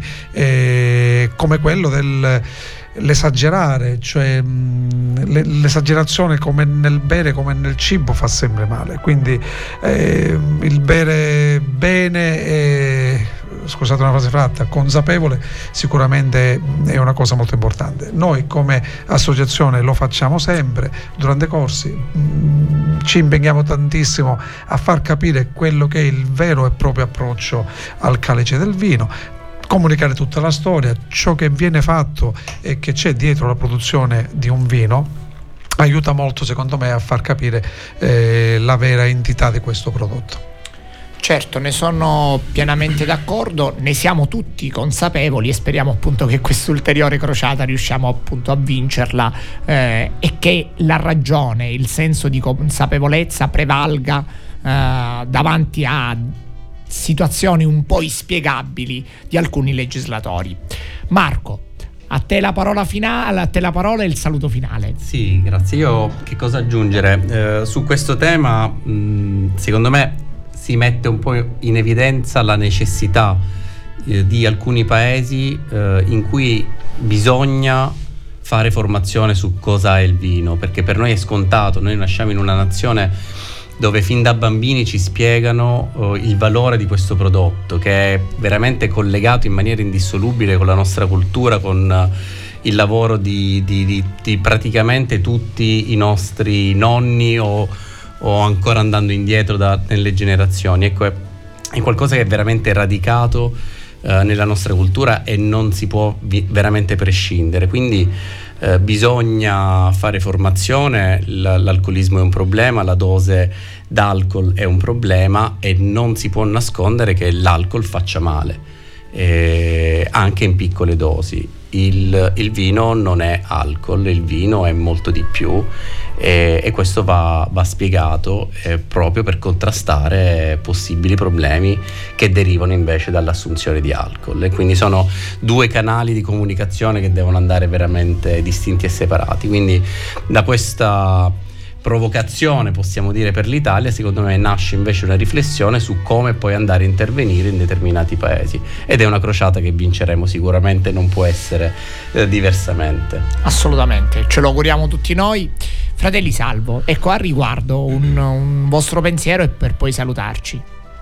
eh, come quello del l'esagerare, cioè mh, l'esagerazione come nel bere come nel cibo fa sempre male, quindi eh, il bere bene e, scusate una frase fatta, consapevole, sicuramente è una cosa molto importante. Noi come associazione lo facciamo sempre durante i corsi, mh, ci impegniamo tantissimo a far capire quello che è il vero e proprio approccio al calice del vino, comunicare tutta la storia, ciò che viene fatto e che c'è dietro la produzione di un vino, aiuta molto secondo me a far capire eh, la vera entità di questo prodotto. Certo, ne sono pienamente d'accordo, ne siamo tutti consapevoli e speriamo appunto che quest'ulteriore crociata riusciamo appunto a vincerla, eh, e che la ragione, il senso di consapevolezza prevalga eh, davanti a situazioni un po' inspiegabili di alcuni legislatori. Marco, a te la parola finale, a te la parola e il saluto finale. Sì, grazie. Io che cosa aggiungere? Eh, su questo tema, mh, secondo me si mette un po' in evidenza la necessità eh, di alcuni paesi eh, in cui bisogna fare formazione su cosa è il vino, perché per noi è scontato, noi nasciamo in una nazione dove fin da bambini ci spiegano uh, il valore di questo prodotto, che è veramente collegato in maniera indissolubile con la nostra cultura, con uh, il lavoro di, di, di, di praticamente tutti i nostri nonni o, o ancora andando indietro da, nelle generazioni. Ecco, è, è qualcosa che è veramente radicato uh, nella nostra cultura e non si può vi- veramente prescindere. Quindi Eh, bisogna fare formazione, l- l'alcolismo è un problema, la dose d'alcol è un problema e non si può nascondere che l'alcol faccia male, eh, anche in piccole dosi. Il, il vino non è alcol, il vino è molto di più, e, e questo va, va spiegato eh, proprio per contrastare possibili problemi che derivano invece dall'assunzione di alcol. E quindi sono due canali di comunicazione che devono andare veramente distinti e separati. Quindi da questa provocazione, possiamo dire, per l'Italia, secondo me nasce invece una riflessione su come poi andare a intervenire in determinati paesi, ed è una crociata che vinceremo sicuramente, non può essere eh, diversamente. Assolutamente, ce lo auguriamo tutti noi. Fratelli Salvo, ecco, a riguardo un, un vostro pensiero e per poi salutarci.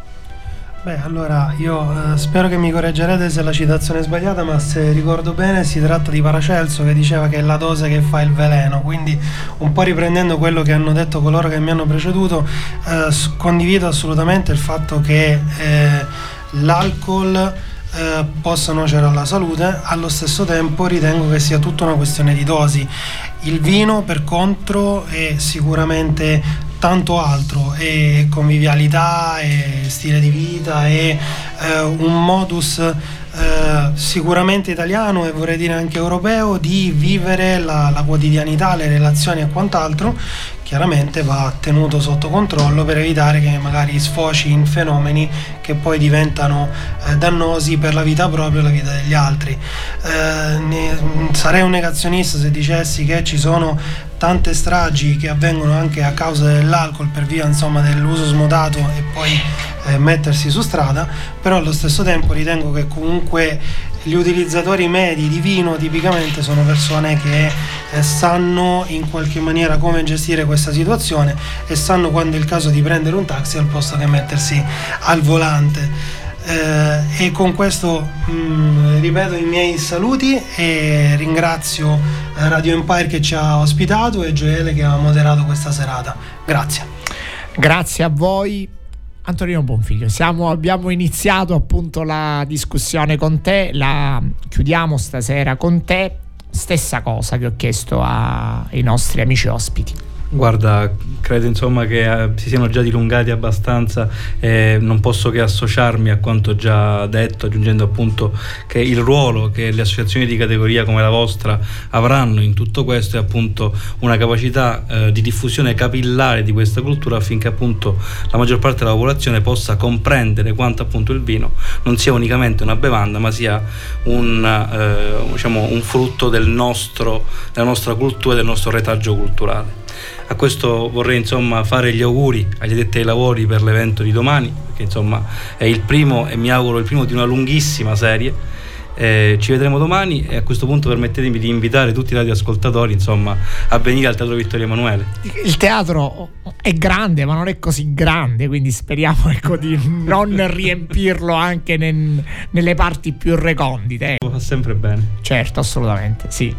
Beh, allora io eh, spero che mi correggerete se la citazione è sbagliata, ma se ricordo bene si tratta di Paracelso, che diceva che è la dose che fa il veleno. Quindi, un po' riprendendo quello che hanno detto coloro che mi hanno preceduto, eh, condivido assolutamente il fatto che eh, l'alcol eh, possa nuocere alla salute. Allo stesso tempo ritengo che sia tutta una questione di dosi. Il vino, per contro, è sicuramente tanto altro, è convivialità, è stile di vita, è eh, un modus eh, sicuramente italiano e vorrei dire anche europeo di vivere la, la quotidianità, le relazioni e quant'altro, chiaramente va tenuto sotto controllo per evitare che magari sfoci in fenomeni che poi diventano eh, dannosi per la vita propria e la vita degli altri. Eh, ne, sarei un negazionista se dicessi che ci sono tante stragi che avvengono anche a causa dell'alcol per via insomma dell'uso smodato e poi eh, mettersi su strada, però allo stesso tempo ritengo che comunque gli utilizzatori medi di vino tipicamente sono persone che eh, sanno in qualche maniera come gestire questa situazione e sanno quando è il caso di prendere un taxi al posto che mettersi al volante. Eh, e con questo mh, ripeto i miei saluti e ringrazio eh, Radio Empire che ci ha ospitato e Gioele che ha moderato questa serata. Grazie. Grazie a voi. Antonino Bonfiglio, siamo, abbiamo iniziato appunto la discussione con te, la chiudiamo stasera con te. Stessa cosa che ho chiesto a, ai nostri amici ospiti. Guarda, credo insomma che eh, si siano già dilungati abbastanza e non posso che associarmi a quanto già detto, aggiungendo appunto che il ruolo che le associazioni di categoria come la vostra avranno in tutto questo è appunto una capacità eh, di diffusione capillare di questa cultura affinché appunto la maggior parte della popolazione possa comprendere quanto appunto il vino non sia unicamente una bevanda ma sia un, eh, diciamo, un frutto del nostro, della nostra cultura e del nostro retaggio culturale. A questo vorrei insomma fare gli auguri agli addetti ai lavori per l'evento di domani, perché insomma è il primo e mi auguro il primo di una lunghissima serie. Eh, ci vedremo domani e a questo punto permettetemi di invitare tutti i radioascoltatori insomma a venire al Teatro Vittorio Emanuele. Il teatro è grande ma non è così grande, quindi speriamo ecco di non riempirlo anche nel, nelle parti più recondite. Lo fa sempre bene. Certo, assolutamente, sì.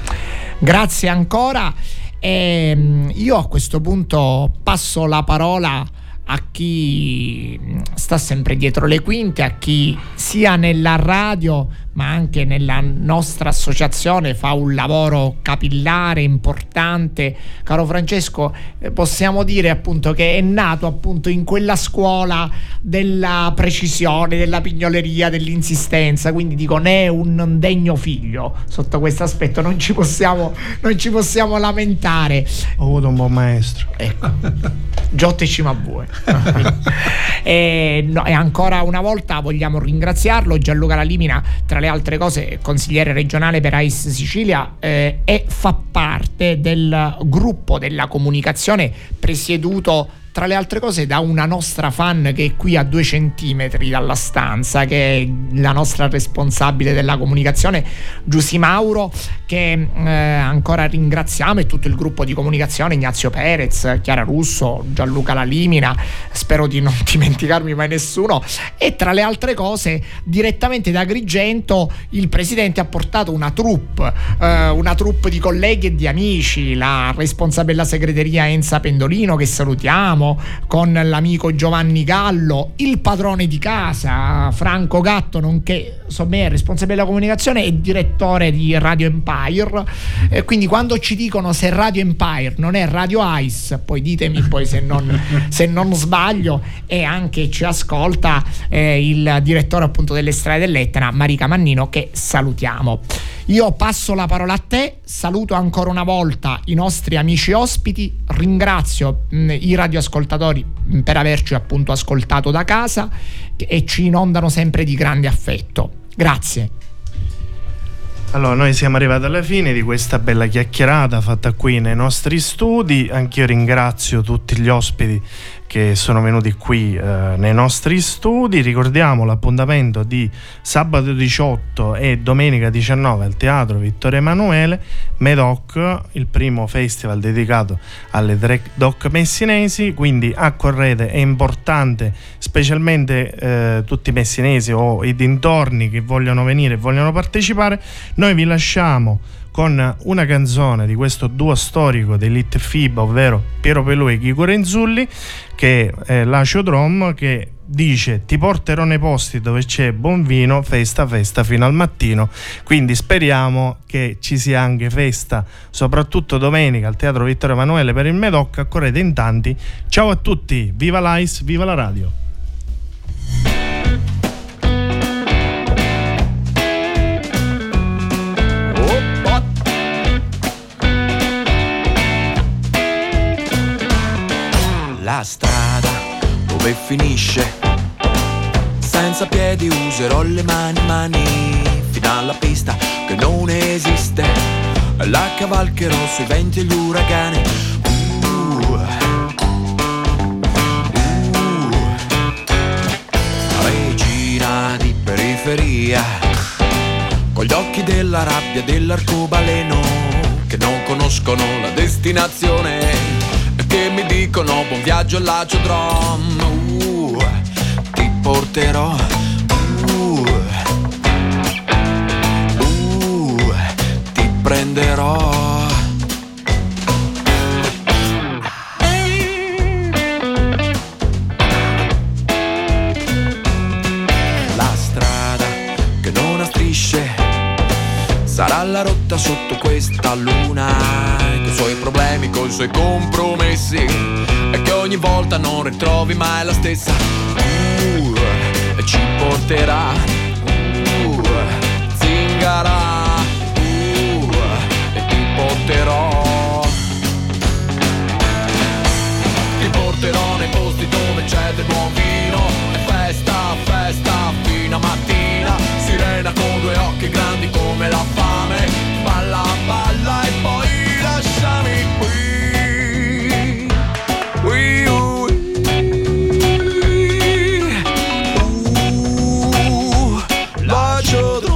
Grazie ancora. E io a questo punto passo la parola a chi sta sempre dietro le quinte, a chi sia nella radio ma anche nella nostra associazione fa un lavoro capillare importante. Caro Francesco, eh, possiamo dire appunto che è nato appunto in quella scuola della precisione, della pignoleria, dell'insistenza, quindi dico ne è un degno figlio sotto questo aspetto, non ci possiamo non ci possiamo lamentare. Ho avuto un buon maestro, ecco. Giotte Cimabue. e, no, e ancora una volta vogliamo ringraziarlo, Gianluca Lalimina, tra le altre cose consigliere regionale per A I S Sicilia, eh, e fa parte del gruppo della comunicazione presieduto tra le altre cose da una nostra fan che è qui a due centimetri dalla stanza, che è la nostra responsabile della comunicazione Giussi Mauro, che eh, ancora ringraziamo, e tutto il gruppo di comunicazione, Ignazio Perez, Chiara Russo, Gianluca Lalimina, spero di non dimenticarmi mai nessuno. E tra le altre cose direttamente da Agrigento il presidente ha portato una troupe eh, una troupe di colleghi e di amici, la responsabile della segreteria Enza Pendolino, che salutiamo, con l'amico Giovanni Gallo, il padrone di casa Franco Gatto, nonché insomma responsabile della comunicazione e direttore di Radio Empire. E quindi quando ci dicono se Radio Empire non è Radio Ice, poi ditemi poi se non, se non sbaglio, e anche ci ascolta eh, il direttore appunto delle Strade dell'Etna, Marica Mannino, che salutiamo. Io passo la parola a te, saluto ancora una volta i nostri amici ospiti, ringrazio mh, i radioascoltatori mh, per averci appunto ascoltato da casa e ci inondano sempre di grande affetto. Grazie. Allora, noi siamo arrivati alla fine di questa bella chiacchierata fatta qui nei nostri studi. Anch'io ringrazio tutti gli ospiti che sono venuti qui eh, nei nostri studi. Ricordiamo l'appuntamento di sabato diciotto e domenica diciannove al Teatro Vittorio Emanuele, Medoc, il primo festival dedicato alle tre doc messinesi, quindi accorrete, è importante, specialmente eh, tutti i messinesi o i dintorni che vogliono venire e vogliono partecipare. Noi vi lasciamo con una canzone di questo duo storico dell'Hit F I B A, ovvero Piero Pelù e Chico Renzulli, che è l'Acio Drom, che dice: ti porterò nei posti dove c'è buon vino, festa festa fino al mattino. Quindi speriamo che ci sia anche festa, soprattutto domenica al Teatro Vittorio Emanuele per il Medoc. Accorrete in tanti. Ciao a tutti, viva l'Ice, viva la radio. La strada dove finisce, senza piedi userò le mani, mani, fino alla pista che non esiste. La cavalcherò sui venti e gli uragani. Uh, uh, regina di periferia, con gli occhi della rabbia dell'arcobaleno, che non conoscono la destinazione e che mi dicono buon viaggio all'agiodrome. Uh, ti porterò, uh, uh, ti prenderò. La strada che non ha strisce sarà la rotta sotto questa luna, coi suoi problemi, coi suoi compromessi, e che ogni volta non ritrovi mai la stessa. Uh, e ci porterà, uh, zingara, uh, e ti porterò. Ti porterò nei posti dove c'è del buon vino, e festa, festa fino a mattina. Sirena con due occhi grandi come la fame, balla, balla e poi lasciami qui. Qui, uh, uh, l'aciodrome.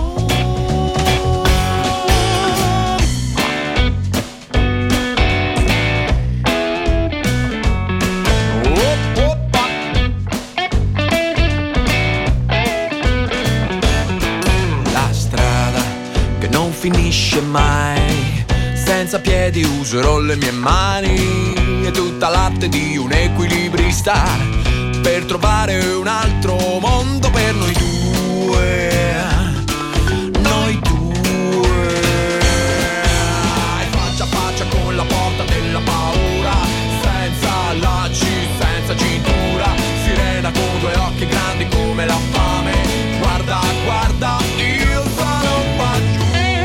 Finisce mai, senza piedi userò le mie mani e tutta l'arte di un equilibrista per trovare un altro mondo per noi due, noi due, faccia a faccia con la porta della paura, senza lacci, senza cintura, sirena con due occhi grandi come la fame, guarda, guarda, io sarò qua giù.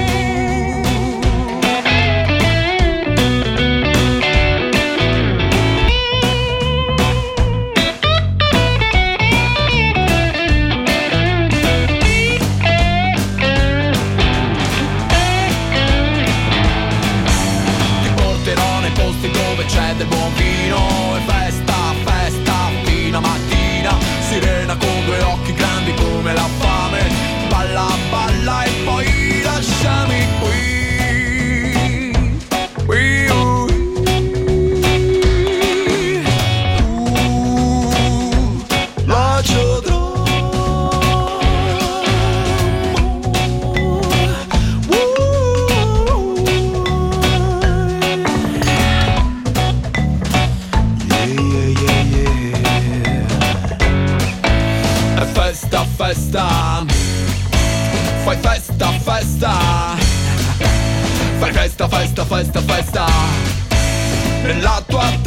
Dove c'è del buon vino e festa, festa fino a mattina. Sirena con due occhi grandi come la fame, balla, balla e poi lasciami qui. Qui, uh, uh, l'aciodrome. Festa, festa, fai festa, festa, fai festa, festa, festa, festa, nella tua